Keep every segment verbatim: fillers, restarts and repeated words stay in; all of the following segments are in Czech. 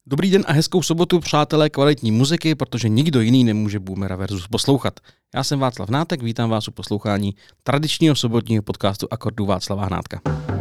Dobrý den a hezkou sobotu, přátelé kvalitní muziky, protože nikdo jiný nemůže Boomera versus poslouchat. Já jsem Václav Hnátek, vítám vás u poslouchání tradičního sobotního podcastu Akordů Václava Hnátka.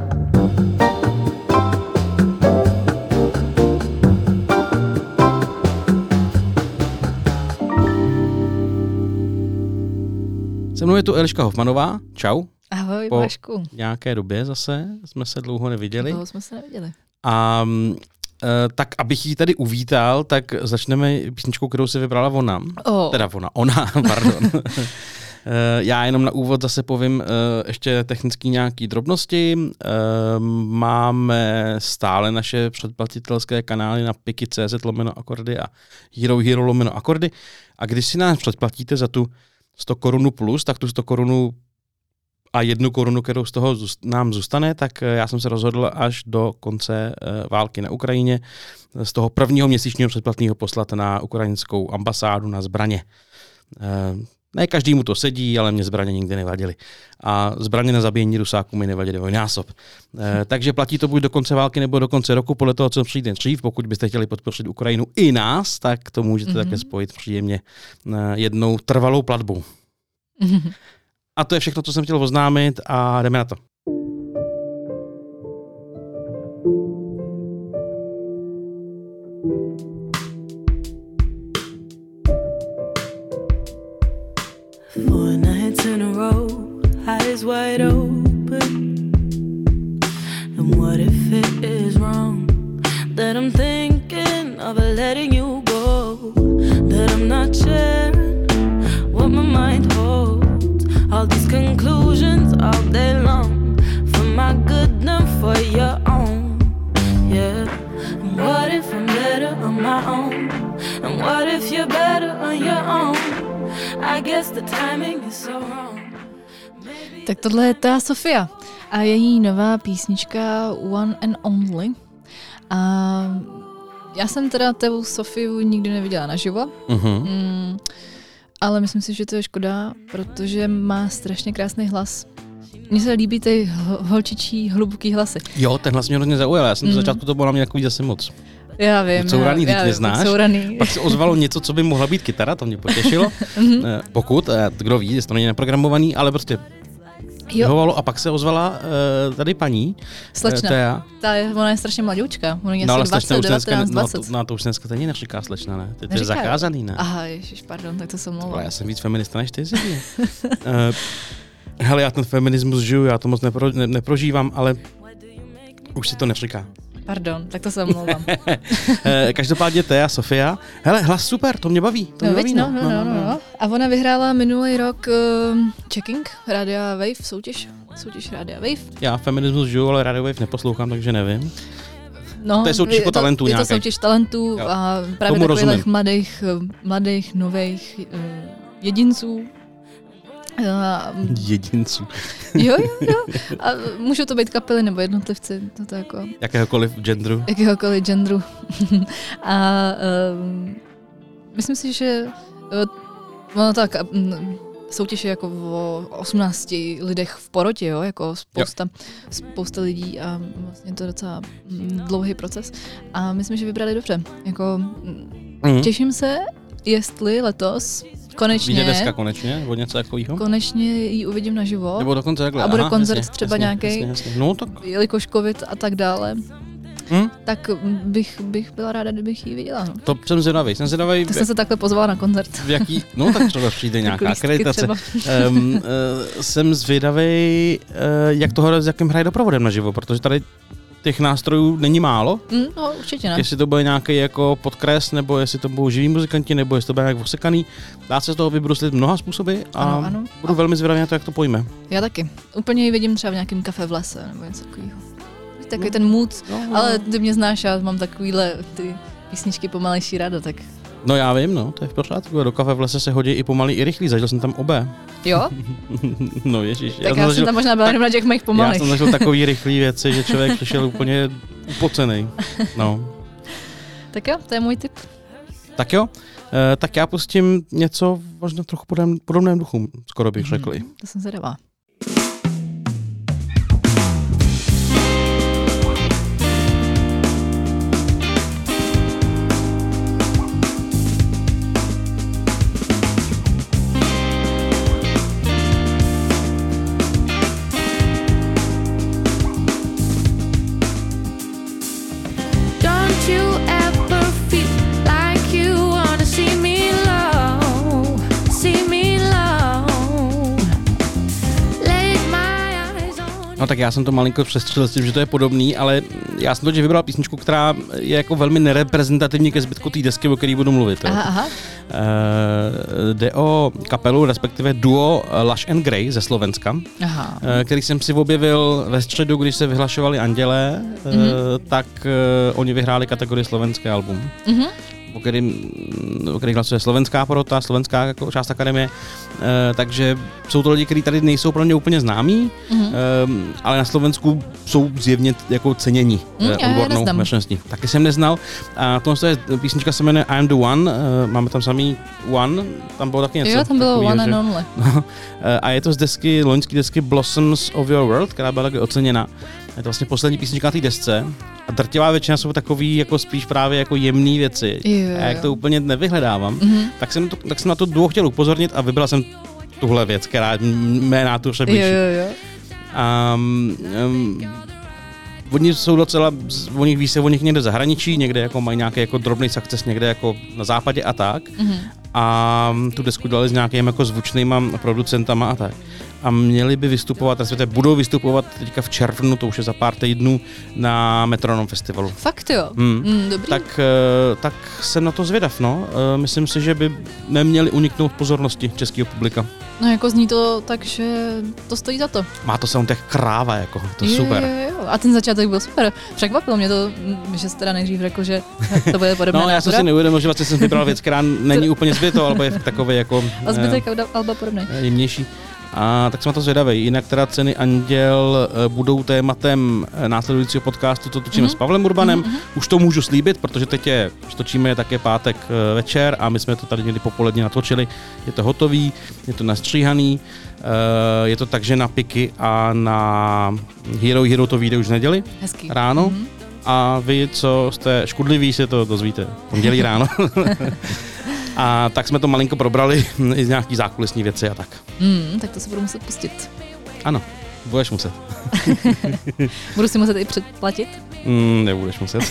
Se mnou je tu Eliška Hofmanová. Čau. Ahoj, po Vašku. nějaké době zase jsme se dlouho neviděli. Dlouho jsme se neviděli. A Uh, tak abych ji tady uvítal, tak začneme písničkou, kterou si vybrala ona. Oh. Teda ona, ona, pardon. uh, já jenom na úvod zase povím uh, ještě technicky nějaký drobnosti. Uh, máme stále naše předplatitelské kanály na piky tečka cz lomeno akordy a Hero Hero lomeno akordy. A když si nás předplatíte za tu sto korun plus, tak tu sto korun a jednu korunu, kterou z toho nám zůstane, tak já jsem se rozhodl až do konce války na Ukrajině z toho prvního měsíčního předplatného poslat na ukrajinskou ambasádu na zbraně. Ne každému to sedí, ale mě zbraně nikdy nevadily. A zbraně na zabíjení Rusáků mi nevadily dvojnásob. Takže platí to buď do konce války nebo do konce roku, podle toho, co přijde dřív. Pokud byste chtěli podpořit Ukrajinu i nás, tak to můžete mm-hmm. také spojit příjemně jednou trvalou platbou. Mm-hmm. A to je všechno, co jsem chtěl oznámit a jdeme na to. Four nights in a row, eyes wide open. And what if it is wrong? That I'm thinking of letting you go. That I'm not sharing what my mind holds. All these conclusions all day long, for my good and for your own, yeah. And what if I'm better on my own? And what if you're better on your own? I guess the timing is so wrong. Tak tohle je ta Sofia a její nová písnička One and Only. A já jsem teda tu Sofiu nikdy neviděla naživo. Uh-huh. Mm, ale myslím si, že to je škoda, protože má strašně krásný hlas. Mně se líbí ty holčičí hluboký hlasy. Jo, ten hlas mě hrozně zaujal. Já jsem mm. to začátku to bylo na mě takový zase moc. Já vím. Couraný, já, já vím, znáš. Couraný. Pak se ozvalo něco, co by mohla být kytara, to mě potěšilo. Pokud, kdo ví, jestli to není naprogramovaný, ale prostě vyhovalo. A pak se ozvala uh, tady paní. Slečna. Uh, Ta je, ona je strašně mladoučka. Ona je no, asi dvacet, devatenáct, dvacet. No, to, no, to už dneska tady neříká slečna, ne? To je zakázaný, ne? Aha, ježiš, pardon, tak to jsem mluvila. Já jsem víc feminista než ty, uh, hele, já ten feminismus žiju, já to moc nepro, ne, neprožívám, ale už si to neříká. Pardon, tak to se omlouvám. Každopádně Thea, Sofia. Hele, hlas super, to mě baví. To mě no, baví no, no, no, no, no. A ona vyhrála minulý rok uh, Checking, Rádia Wave, soutěž. Soutěž Rádia Wave. Já feminismus žiju, ale Radio Wave neposlouchám, takže nevím. No, to je soutěž po talentů nějaký. Je to nějaký. soutěž talentů jo. A právě takových mladých, mladých, nových uh, jedinců. Uh, jedinců. jo, jo, jo. A můžou to být kapely nebo jednotlivci. To jako, jakéhokoliv genderu. Jakéhokoliv genderu. A uh, myslím si, že uh, ono tak um, soutěž je jako o osmnácti lidech v porotě, jo, jako spousta, spousta lidí a vlastně to je docela dlouhý proces. A myslím, že vybrali dobře. Jako, mm. Těším se, jestli letos konečně. Vidět dneska konečně, nebo něco takového? Konečně ji uvidím naživo. Nebo dokonce takhle. A bude Aha, koncert jasně, třeba nějaký, no, tak. jelikož covid a tak dále. Hmm? Tak bych, bych byla ráda, kdybych ji viděla. No. To jsem zvědavý. Jsem zvědavý. Tak jsem se takhle pozvala na koncert. V jaký, no tak třeba přijde nějaká akreditace. um, uh, jsem zvědavý, uh, jak toho, s jakým hraje doprovodem naživo, protože tady těch nástrojů není málo. Mm, no, určitě ne. Jestli to bude nějaký jako podkres, nebo jestli to budou živí muzikanti, nebo jestli to bude nějak osekaný. Dá se z toho vybruslit mnoha způsoby a ano, ano. budu a... velmi zvědavý na to, jak to pojme. Já taky. Úplně ji vidím třeba v nějakém kafe v lese, nebo něco takového. Takový no, ten mood, no, no. Ale ty mě znáš, já mám takovýhle ty písničky pomalejší ráda, tak... No já vím, no, to je v pořádku. Do kafe v lese se hodí i pomalý, i rychlý, zažil jsem tam obé. Jo? No ježiš. Tak já, já jsem zažil, tam možná byla jenom na těch mých pomalých. Já jsem zažil takový rychlý věci, že člověk přišel úplně upocený. No. Tak jo, to je můj tip. Tak jo, e, tak já pustím něco možná trochu podobném, podobném duchu, skoro bych řekl. Mm, to jsem zvědavá. No tak já jsem to malinko přestřelil s tím, že to je podobný, ale já jsem totiž vybral písničku, která je jako velmi nereprezentativní ke zbytku té desky, o které budu mluvit. Aha, aha. Uh, jde o kapelu, respektive duo Lush and Grey ze Slovenska, Aha. Uh, který jsem si objevil ve středu, když se vyhlašovali Andělé, mm-hmm. uh, tak uh, oni vyhráli kategorii slovenské album. Mm-hmm. O kterým, o kterých hlasuje slovenská porota, slovenská jako část akademie, e, takže jsou to lidi, kteří tady nejsou pro mě úplně známí, mm-hmm. e, ale na Slovensku jsou zjevně jako cenění mm, e, odbornou veřejností. Taky jsem neznal. A tohle je písnička se jmenuje I'm the One, e, máme tam samý One, tam bylo taky něco. Jo, tam bylo takovýho, One and Only. No, e, a je to z desky, loňské desky Blossoms of Your World, která byla taky oceněna. Je to vlastně poslední písnička na té desce a drtivá většina jsou takový jako spíš právě jako jemný věci. Jo, jo. A jak to úplně nevyhledávám, mm-hmm. tak, jsem to, tak jsem na to duo chtěl upozornit a vybral jsem tuhle věc, která mé nátuře blíží. Jo, jo, jo. Um, um, oni jsou docela, o nich ví se o nich někde v zahraničí, někde jako mají nějaký jako drobný success někde jako na západě a tak. Mm-hmm. A tu desku dělali s nějakými jako zvučnýma producentama a tak. A měli by vystupovat, respektive budou vystupovat teďka v červnu, to už je za pár týdnů, na Metronom festivalu. Fakt jo? Hmm. Mm, dobrý. Tak, tak jsem na to zvědav, no. Myslím si, že by neměli uniknout pozornosti českého publika. No jako zní to tak, že to stojí za to. Má to soundtrack kráva, jako, to je super. Jo, jo. A ten začátek byl super. Překvapilo mě to, že jsi teda nejdřív řekl, že to bude podobné. No já jsem si neuvědomil, že vlastně jsem vybral věc, která není úplně zbyto, ale je takový jako... A zbytek alba podobný. Jemnější. A tak jsem na to zvědavej. Jinak teda Ceny Anděl budou tématem následujícího podcastu, co točíme mm-hmm. s Pavlem Urbanem. Mm-hmm. Už to můžu slíbit, protože teď je, když točíme, je také pátek večer a my jsme to tady někdy popoledně natočili. Je to hotový, je to nastříhaný, je to takže na Piky a na Hero Hero to vyjde už v neděli. Hezký. Ráno. Mm-hmm. A vy, co jste škudliví, se to dozvíte pondělí ráno. A tak jsme to malinko probrali i z nějaký zákulisní věci a tak. Mm, tak to se budu muset pustit. Ano, budeš muset. Budu si muset i předplatit? Mm, nebudeš muset.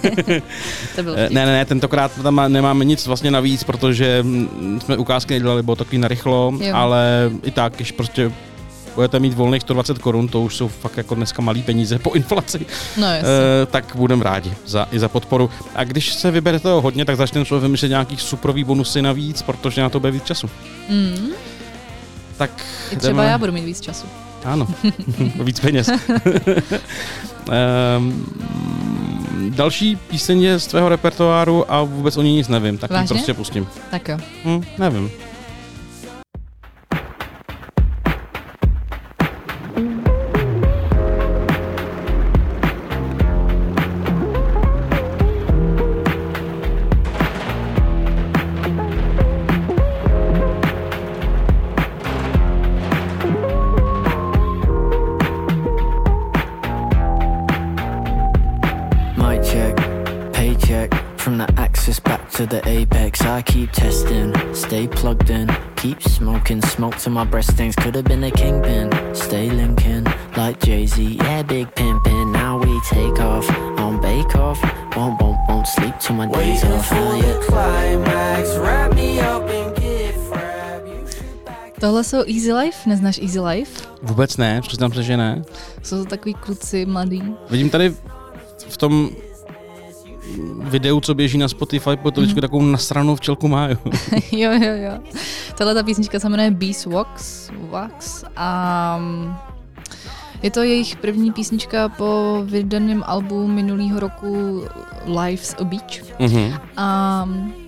To bylo ne, ne, ne, tentokrát tam nemáme nic vlastně navíc, protože jsme ukázky nedělali, bylo takový narychlo, jo. Ale i tak, když prostě budete mít volných sto dvacet korun, to už jsou fakt jako dneska malý peníze po inflaci, no, e, tak budeme rádi za, i za podporu. A když se vybere toho hodně, tak začneme člověk vymýšlet nějaký superový bonusy navíc, protože na to bude víc času. Mm. Tak I třeba jdeme... já budu mít víc času. Ano, víc peněz. um, další píseň je z tvého repertoáru a vůbec o ní nic nevím, tak ji prostě pustím. Tak jo. Hm, nevím. To the apex, I keep testing, stay plugged in, keep smoking, smoke to my breast stains, could have been a kingpin, stay linking, like Jay-Z, yeah, big pimpin', now we take off, on Bake Off, won't, won't, won't sleep till my days off, oh, yeah. Climax, wrap me up and gift wrap, you should back. Tohle jsou Easy Life, neznáš Easy Life? Vůbec ne, přiznám se, že ne. Jsou to takový kluci mladý. Vidím tady v tom videu, co běží na Spotify, po toličku mm. takovou nasranou včelku má, jo. jo, jo, jo. Tahle ta písnička se jmenuje Beeswax Wax a je to jejich první písnička po vydaném albu minulého roku Life's a Beach. Mm-hmm. A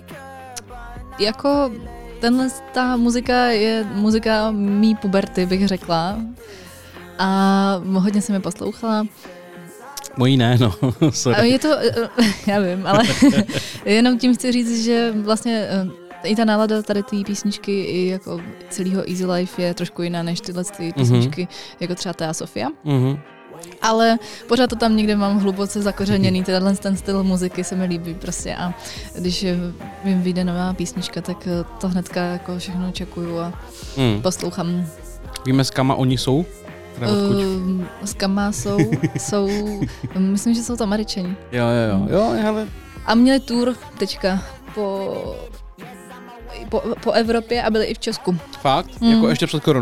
jako tenhle, ta muzika je muzika mý puberty, bych řekla. A hodně jsem je poslouchala. Mojí ne, no, sorry. Je to, já vím, ale jenom tím chci říct, že vlastně i ta nálada tady té písničky i jako celého Easy Life je trošku jiná než tyhle ty písničky, mm-hmm. jako třeba Thea Sofia. Mm-hmm. Ale pořád to tam někde mám hluboce zakořeněný, tenhle ten styl muziky se mi líbí prostě a když jim vyjde nová písnička, tak to hnedka jako všechno čekuju a mm. poslouchám. Víme, s kama oni jsou? Uh, s kama jsou, jsou, myslím, že jsou to Američani. Jo, jo, jo, jo, ale... A měli tour teďka po, po, po Evropě a byli i v Česku. Fakt? Mm. Jako ještě před koronou?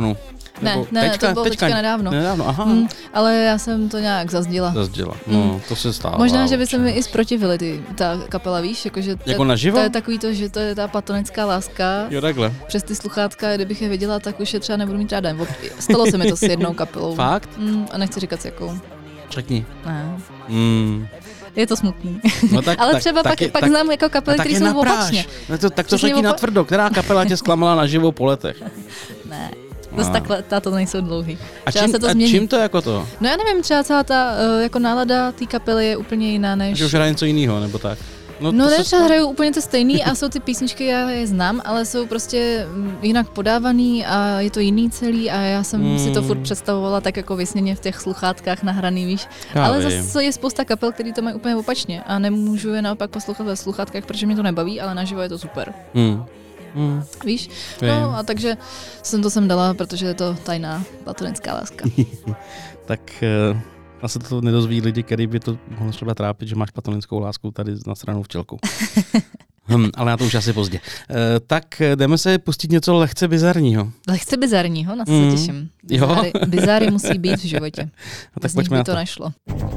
Ne, Nebo ne, teďka, to bylo teďka, teďka nedávno. Nedávno, aha. Mm, ale já jsem to nějak zazděla. Zazděla, no, mm. to se stává. Možná, že by se mi i zprotivili ty, ta kapela, víš, jakože to, jako naživo? To je takový to, že to je ta platonická láska. Jo, takhle. Přes ty sluchátka, kdybych je viděla, tak už je třeba nebudu mít ráda. Stalo se mi to s jednou kapelou. Fakt? Mm, a nechci říkat s jakou. Řekni. Ne. Mm. Je to smutný. No tak, ale tak, třeba tak, pak, tak, pak tak, znám jako kapely, které jsou opačně. No to, tak to řekni opa... natvrdo, která kapela tě zklamala naživo po letech? Ne. Zase no. takhle, táto nejsou dlouhý. A, čím, se to a čím to jako to? No já nevím, třeba celá ta uh, jako nálada té kapely je úplně jiná než... Že už hraje něco jiného, nebo tak? No, no ne, třeba hrajou úplně to stejný a jsou ty písničky, já je znám, ale jsou prostě jinak podávaný a je to jiný celý a já jsem hmm. si to furt představovala tak jako vysněně v těch sluchátkách nahraný, víš. Já ale vím. Zase je spousta kapel, který to mají úplně opačně a nemůžu je naopak poslouchat ve sluchátkách, protože mě to nebaví, ale naživo je to super. Hmm. Hmm. Víš? Vím. No a takže jsem to sem dala, protože je to tajná platonická láska. Tak... Uh... A se to nedozví lidi, který by to mohlo třeba trápit, že máš platonickou lásku tady na stranu včelku. hm, ale na to už asi pozdě. E, tak jdeme se pustit něco lehce bizarního. Lehce bizarního? Na to mm. se těším. Bizáry, bizáry musí být v životě. A tak pojďme na to. to nešlo.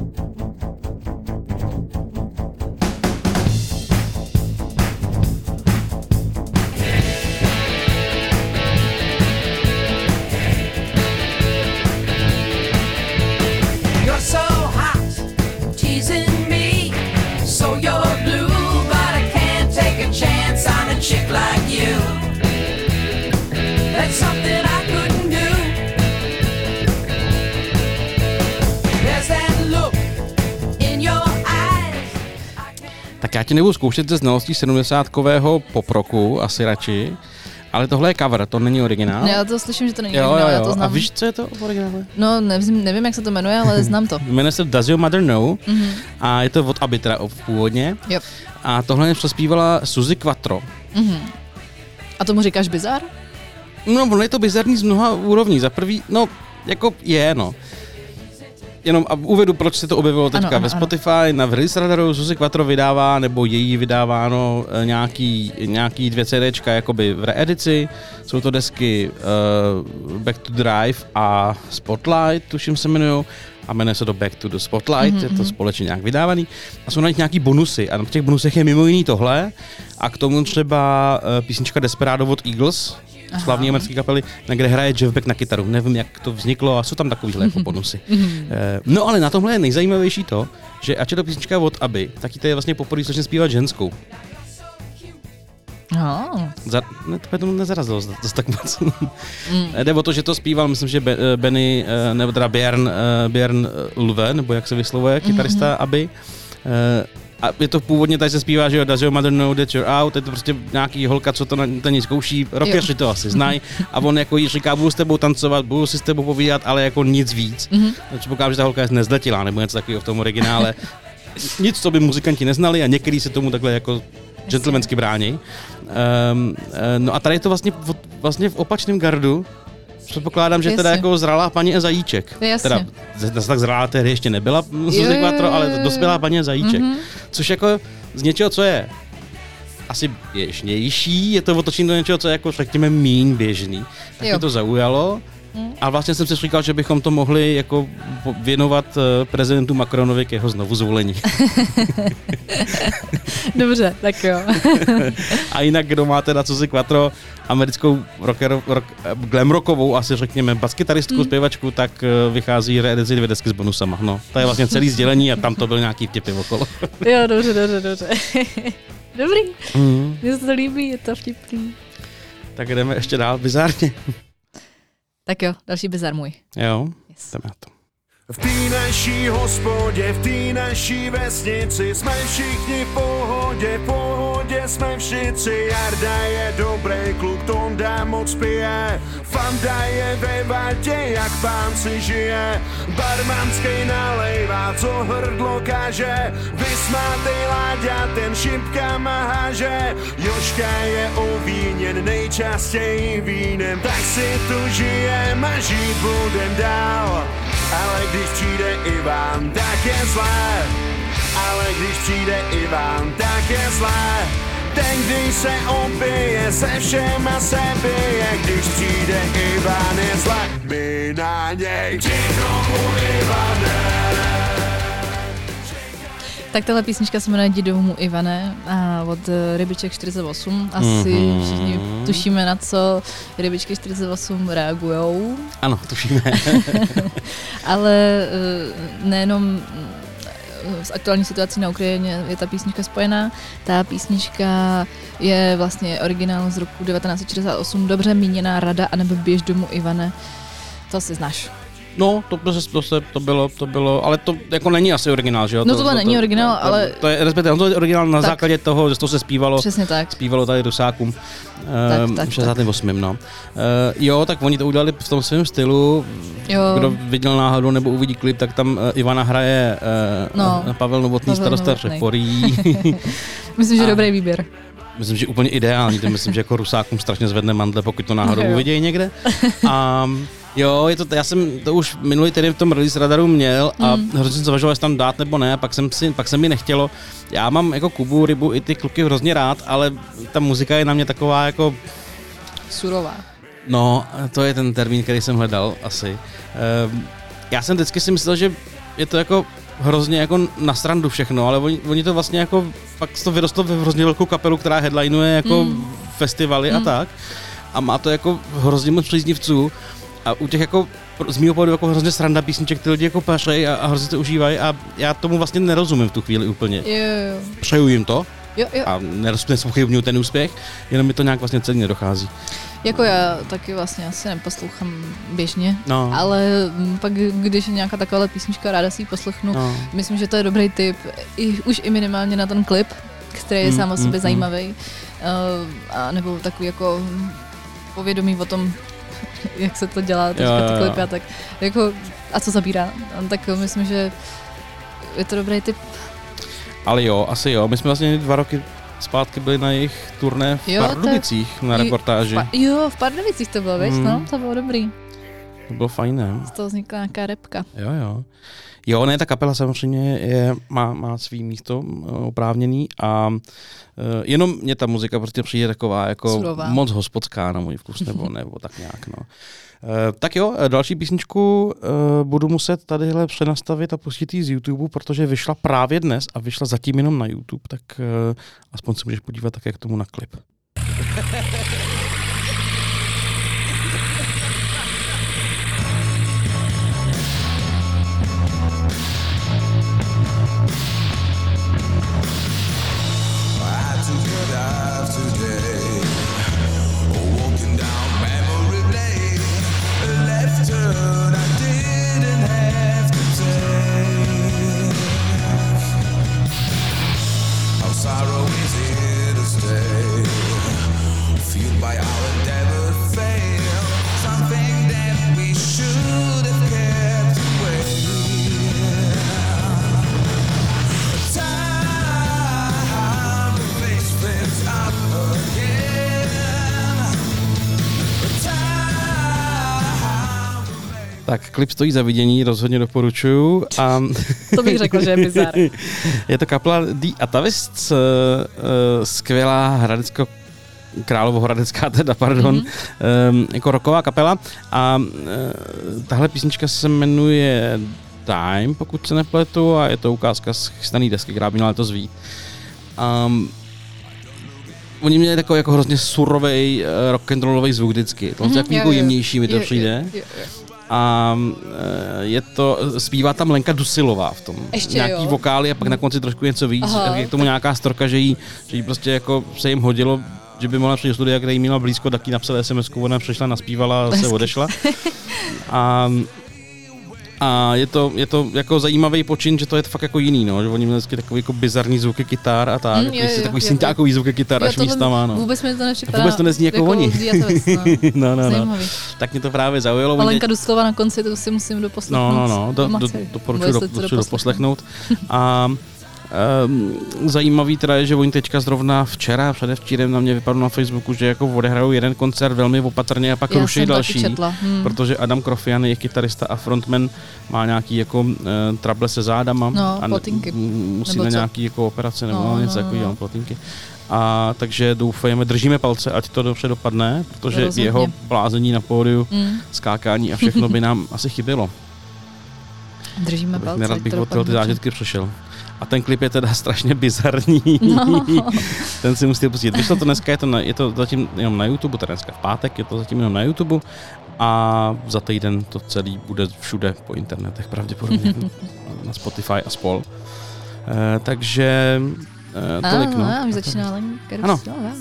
Chick like you, that's something I couldn't do. There's that look in your eyes. Tak já ti nebudu zkoušet ze znalostí sedmdesátkového poproku, asi radši, ale tohle je cover, to není originál. Já to slyším, že to není jo, originál, jo, jo. já to znám. A víš, co je to v originále? No, nevím, nevím, jak se to jmenuje, ale znám to. Jmenuje se Does Your Mother Know mm-hmm. a je to od Abby teda původně. Yep. A tohle přespívala Suzy Quattro. Mm-hmm. A tomu říkáš bizar? No, ono je to bizarní z mnoha úrovní. Za prvý, no, jako je, no. Jenom a uvedu, proč se to objevilo teďka ano, ano, ve Spotify. Ano. Na Release Radaru Suzy Quattro vydává, nebo její vydáváno nějaký, nějaký dvě CDčka jakoby v reedici. Jsou to desky uh, Back to Drive a Spotlight, tuším se jmenujou. A jmenuje se to Back to the Spotlight, mm-hmm. je to společně nějak vydávaný. A jsou na nich nějaký bonusy. A v těch bonusech je mimo jiný tohle. A k tomu třeba uh, písnička Desperado od Eagles, aha. slavný americký kapely, na kde hraje Jeff Beck na kytaru. Nevím, jak to vzniklo a jsou tam takovýhle jako bonusy. Mm-hmm. Uh, no ale na tomhle je nejzajímavější to, že ač je to písnička od Abby, tak jí to je vlastně poprvé začne zpívat ženskou. Oh. Za, ne, to tomu nezarazilo zase tak moc. Mm. Jde o to, že to zpíval, myslím, že Benny, nebo teda Björn, Björn Ulve, nebo jak se vyslovuje, kytarista mm-hmm. Abby. A je to původně, tady se zpívá, že Does Your Mother Know That You're Out, je to prostě nějaký holka, co to na ten zkouší, rockeři to asi znají, a on jako jí říká, budu s tebou tancovat, budu si s tebou povídat, ale jako nic víc. Mm-hmm. Předpokládám, že ta holka je nezletilá, nebo něco takového v tom originále. Nic, co by muzikanti neznali a některý se tomu takhle jako gentlemansky brání. Um, uh, no a tady je to vlastně, vlastně v opačném gardu. Předpokládám, že jasně. teda jako zralá paní Zajíček. Jasně. Teda zase tak zralá tehdy ještě nebyla Suzy Quattro, ale dospělá paní Zajíček. Mm-hmm. Což jako z něčeho, co je asi běžnější, je to otočení do něčeho, co je jako řekněme míň běžný. Tak mě to zaujalo. A vlastně jsem si říkal, že bychom to mohli jako věnovat prezidentu Macronovi k jeho znovu zvolení. Dobře, tak jo. A jinak, kdo má teda Suzy Quattro, americkou rocker, rock, glam rockovou, asi řekněme baskytaristku, mm. zpěvačku, tak vychází reedici dvě desky s bonusama. No, to je vlastně celý sdělení a tam to byl nějaký vtipy okolo. Jo, dobře, dobře, dobře. Dobrý, mm. mně se to líbí, je to vtipný. Tak jdeme ještě dál bizárně. Tak jo, další bizar můj. Jo, yes. Jdeme na to. V té naší hospodě, v té naší vesnici jsme všichni v pohodě, v pohodě jsme všichni. Jarda je dobrý kluk, Tonda moc pije, Fanda je ve vatě, jak pán si žije. Barmanskej nalejvá, co hrdlo kaže, vysmátej Láďa, ten šipkama háže. Jožka je ovíněn nejčastěji vínem, tak si tu žijem a žít budem dál. Ale když přijde Ivan, tak je zlé. Ale když přijde Ivan, tak je zlé. ten, když se opije, se všema se bije, když přijde Ivan, je zle, my na něj ticho Ivane. Tak tahle písnička se jmenuje Jdi domů Ivane a od Rybiček čtyřicet osm. Asi mm-hmm. všichni tušíme, na co Rybičky čtyřicet osm reagujou. Ano, tušíme. Ale nejenom s aktuální situací na Ukrajině je ta písnička spojená. Ta písnička je vlastně originál z roku devatenáct set šedesát osm, dobře míněná rada, anebo běž domů Ivane. To si znáš. No, to, to, to, se, to, bylo, to bylo, ale to jako není asi originál, že jo? No to, tohle to, není to, originál, to, ale... To je, respektive, to je originál na tak. základě toho, že to se zpívalo, přesně tak. zpívalo tady Rusákům tak, tak, v šedesátém osmém no. Uh, jo, tak oni to udělali v tom svém stylu, jo. Kdo viděl náhodou nebo uvidí klip, tak tam uh, Ivana hraje uh, no, Pavel Novotný, Pavel starosta Novotný. Přeporí. Myslím, že A... dobrý výběr. Myslím, že úplně ideální, to myslím, že jako Rusákům strašně zvedne mandle, pokud to náhodou jo. uvidějí někde. A jo, je to, já jsem to už minulý týden v tom release radaru měl a mm. hrozně jsem zvažoval, jestli tam dát nebo ne, a pak jsem si, pak se mi nechtělo. Já mám jako Kubu, Rybu i ty kluky hrozně rád, ale ta muzika je na mě taková jako... Surová. No, to je ten termín, který jsem hledal asi. Ehm, já jsem vždycky si myslel, že je to jako hrozně jako na srandu všechno, ale oni, oni to vlastně jako, pak to vyrostlo ve hrozně velkou kapelu, která headlinuje jako mm. festivaly mm. a tak. A má to jako hrozně moc příznivců. A u těch jako z mýho pohledu jako hrozně sranda písniček, ty lidi jako pašej a, a hrozně to užívají a já tomu vlastně nerozumím v tu chvíli úplně. Jo, jo. Přeju jim to jo, jo. a nespochybnuju ten úspěch, jenom mi to nějak vlastně celý nedochází. Jako já taky vlastně asi neposlouchám běžně, no. ale pak když je nějaká taková písnička, ráda si ji poslechnu. No. Myslím, že to je dobrý tip, i, už i minimálně na ten klip, který je mm, sám o sobě mm, zajímavý, uh, a nebo takový jako povědomí o tom, jak se to dělá, teďka ty klipy a tak, jako, a co zabírá, tak myslím, že je to dobrý tip. Ale jo, asi jo, my jsme vlastně dva roky zpátky byli na jejich turné v jo, Pardubicích tak, na reportáži. V, jo, v Pardubicích to bylo, víš, mm. no, to bylo dobrý. To bylo fajn, ne? Z toho vznikla nějaká repka. Jo, jo. Jo, ne, ta kapela samozřejmě je, má, má svý místo oprávněný a uh, jenom mě ta muzika prostě přijde taková jako Surová. Moc hospodská na můj vkus, nebo, nebo tak nějak, no. Uh, tak jo, další písničku uh, budu muset tadyhle přenastavit a pustit ji z YouTube, protože vyšla právě dnes a vyšla zatím jenom na YouTube, tak uh, aspoň se můžeš podívat také k tomu na klip. Sorrow is here to stay, fueled by our endeavor fail, something that we should have kept away. Time to fix things up again. Time to make... Tak, klip stojí za vidění, rozhodně doporučuju. A to bych řekl, že je bizar. Je to kapela The Atavists, uh, skvělá hradecko královohradecká teda, pardon, mm-hmm. um, jako rocková kapela a uh, tahle písnička se jmenuje Time, pokud se nepletu, a je to ukázka z chystaný desky, která by měla letos vyjít. Um, Oni měli takový jako hrozně surovej uh, rock'n'rollový zvuk vždycky, to mm-hmm, jako jemnější mi to je, přijde. Je, je, je. A je to, zpívá tam Lenka Dusilová v tom. Ještě nějaký jo. vokály a pak na konci trošku něco víc. Aha, je k tomu tak... nějaká storka, že jí, že jí prostě jako se jim hodilo, že by mohla přijít do studia, kde jí měla blízko, tak jí napsala es em esku, ona přišla, naspívala a se odešla. A, a je to, je to jako zajímavý počin, že to je fakt jako jiný, no, že oni měli vždycky takový jako bizarní zvuky kytar a tak, mm, jo, jo, takový synťákový zvuky kytar až místama, no. Vůbec mi to nepřipadá. Vůbec to nezní jako, jako oni. no, no, no. Tak mě to právě zaujalo. A Lenka Duslova na konci, to si musím doposlechnout. No, no, no, do, do, doporučuji do, doposlechnout. A Um, zajímavý teda je, že oni teďka zrovna včera, předevčírem na mě vypadlo na Facebooku, že jako odehrajou jeden koncert velmi opatrně a pak Já ruší další, hmm. protože Adam Krofian je kytarista a frontman, má nějaký jako uh, trable se zádama no, a plotinky. musí na nějaký jako operace nebo no, něco no, takového, no. plotinky. A takže doufujeme, držíme palce, ať to dobře dopadne, protože Rozhodně. jeho blázení na pódiu, mm. skákání a všechno by nám asi chybělo. Držíme palce. Nerad bych od ty zážitky přešel. A ten klip je teda strašně bizarní. No. Ten si musíte pustit. Vyšlo to dneska, je to, na, je to zatím jenom na YouTube, teda dneska v pátek, je to zatím jenom na YouTube a za týden to celý bude všude po internetech pravděpodobně. Na Spotify a spol. E, takže e, tolik, a, no. A, už začíná Lenka. Ano.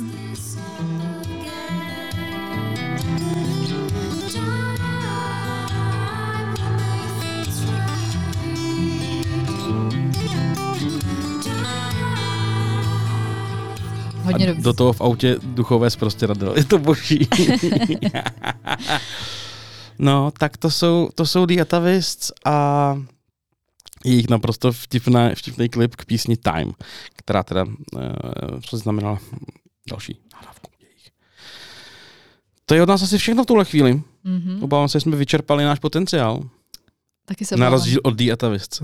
Hodně a do toho v autě duchové zprostěradlo. Je to boží. No, tak to jsou, to jsou The Atavists a jejich naprosto vtipná, vtipný klip k písni Time, která teda, uh, co znamenala další nahrávku jejich. To je od nás asi všechno v tuhle chvíli. Mm-hmm. Obávám se, že jsme vyčerpali náš potenciál. Taky se na rozdíl od The Atavists.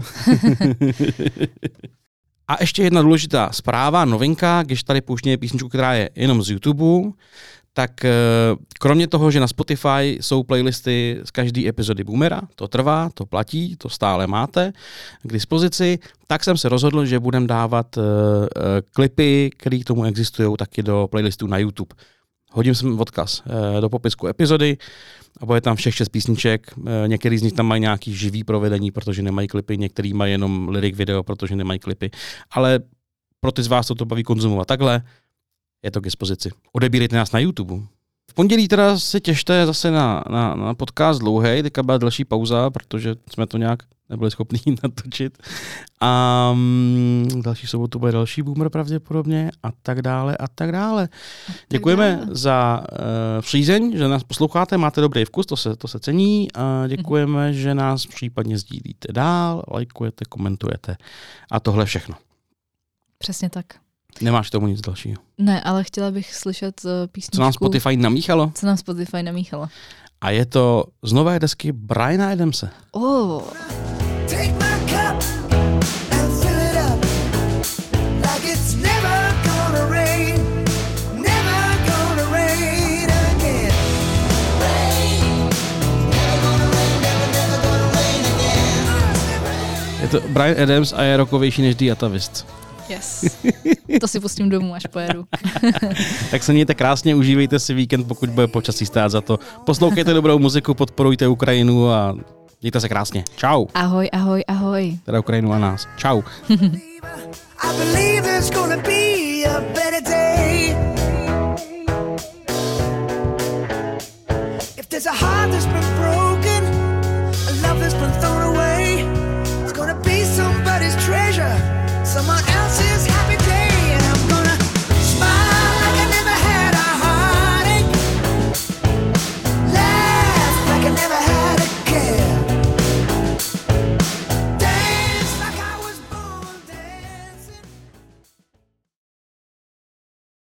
A ještě jedna důležitá zpráva, novinka, když tady pouštíme písničku, která je jenom z YouTube, tak kromě toho, že na Spotify jsou playlisty z každé epizody Boomera, to trvá, to platí, to stále máte k dispozici, tak jsem se rozhodl, že budem dávat uh, klipy, které k tomu existují, taky do playlistů na YouTube. Hodím jsem odkaz uh, do popisku epizody a bude tam všech šest písniček. Uh, některý z nich tam mají nějaký živý provedení, protože nemají klipy, některý mají jenom lyric video, protože nemají klipy. Ale pro ty z vás, co to baví konzumovat takhle, je to k dispozici. Odebírejte nás na YouTube. V pondělí teda se těšte zase na, na, na podcast dlouhej, teďka byla další pauza, protože jsme to nějak nebyli schopni natočit. A um, další sobotu bude další Boomer pravděpodobně a tak dále a tak dále. A tak děkujeme dále. za uh, přízeň, že nás posloucháte, máte dobrý vkus, to se, to se cení a děkujeme, mm-hmm. že nás případně sdílíte dál, lajkujete, komentujete a tohle všechno. Přesně tak. Nemáš k tomu nic dalšího? Ne, ale chtěla bych slyšet uh, písničku. Co nám Spotify namíchalo? Co nám Spotify namíchalo. A je to z nové desky Briana Adamse. Oh. Take my cup and fill it up like it's never gonna rain, never gonna rain again. Rain, never gonna rain, never, never gonna rain again. Je to Bryan Adams a je rokovější než The Atavists. Yes. To si pustím domů, až pojedu. Tak se mějte krásně, užívejte si víkend, pokud bude počasí stát za to. Poslouchejte dobrou muziku, podporujte Ukrajinu a mějte se krásně. Čau. Ahoj, ahoj, ahoj. Teda Ukrajinu a nás. Čau. I believe there's gonna be a better day.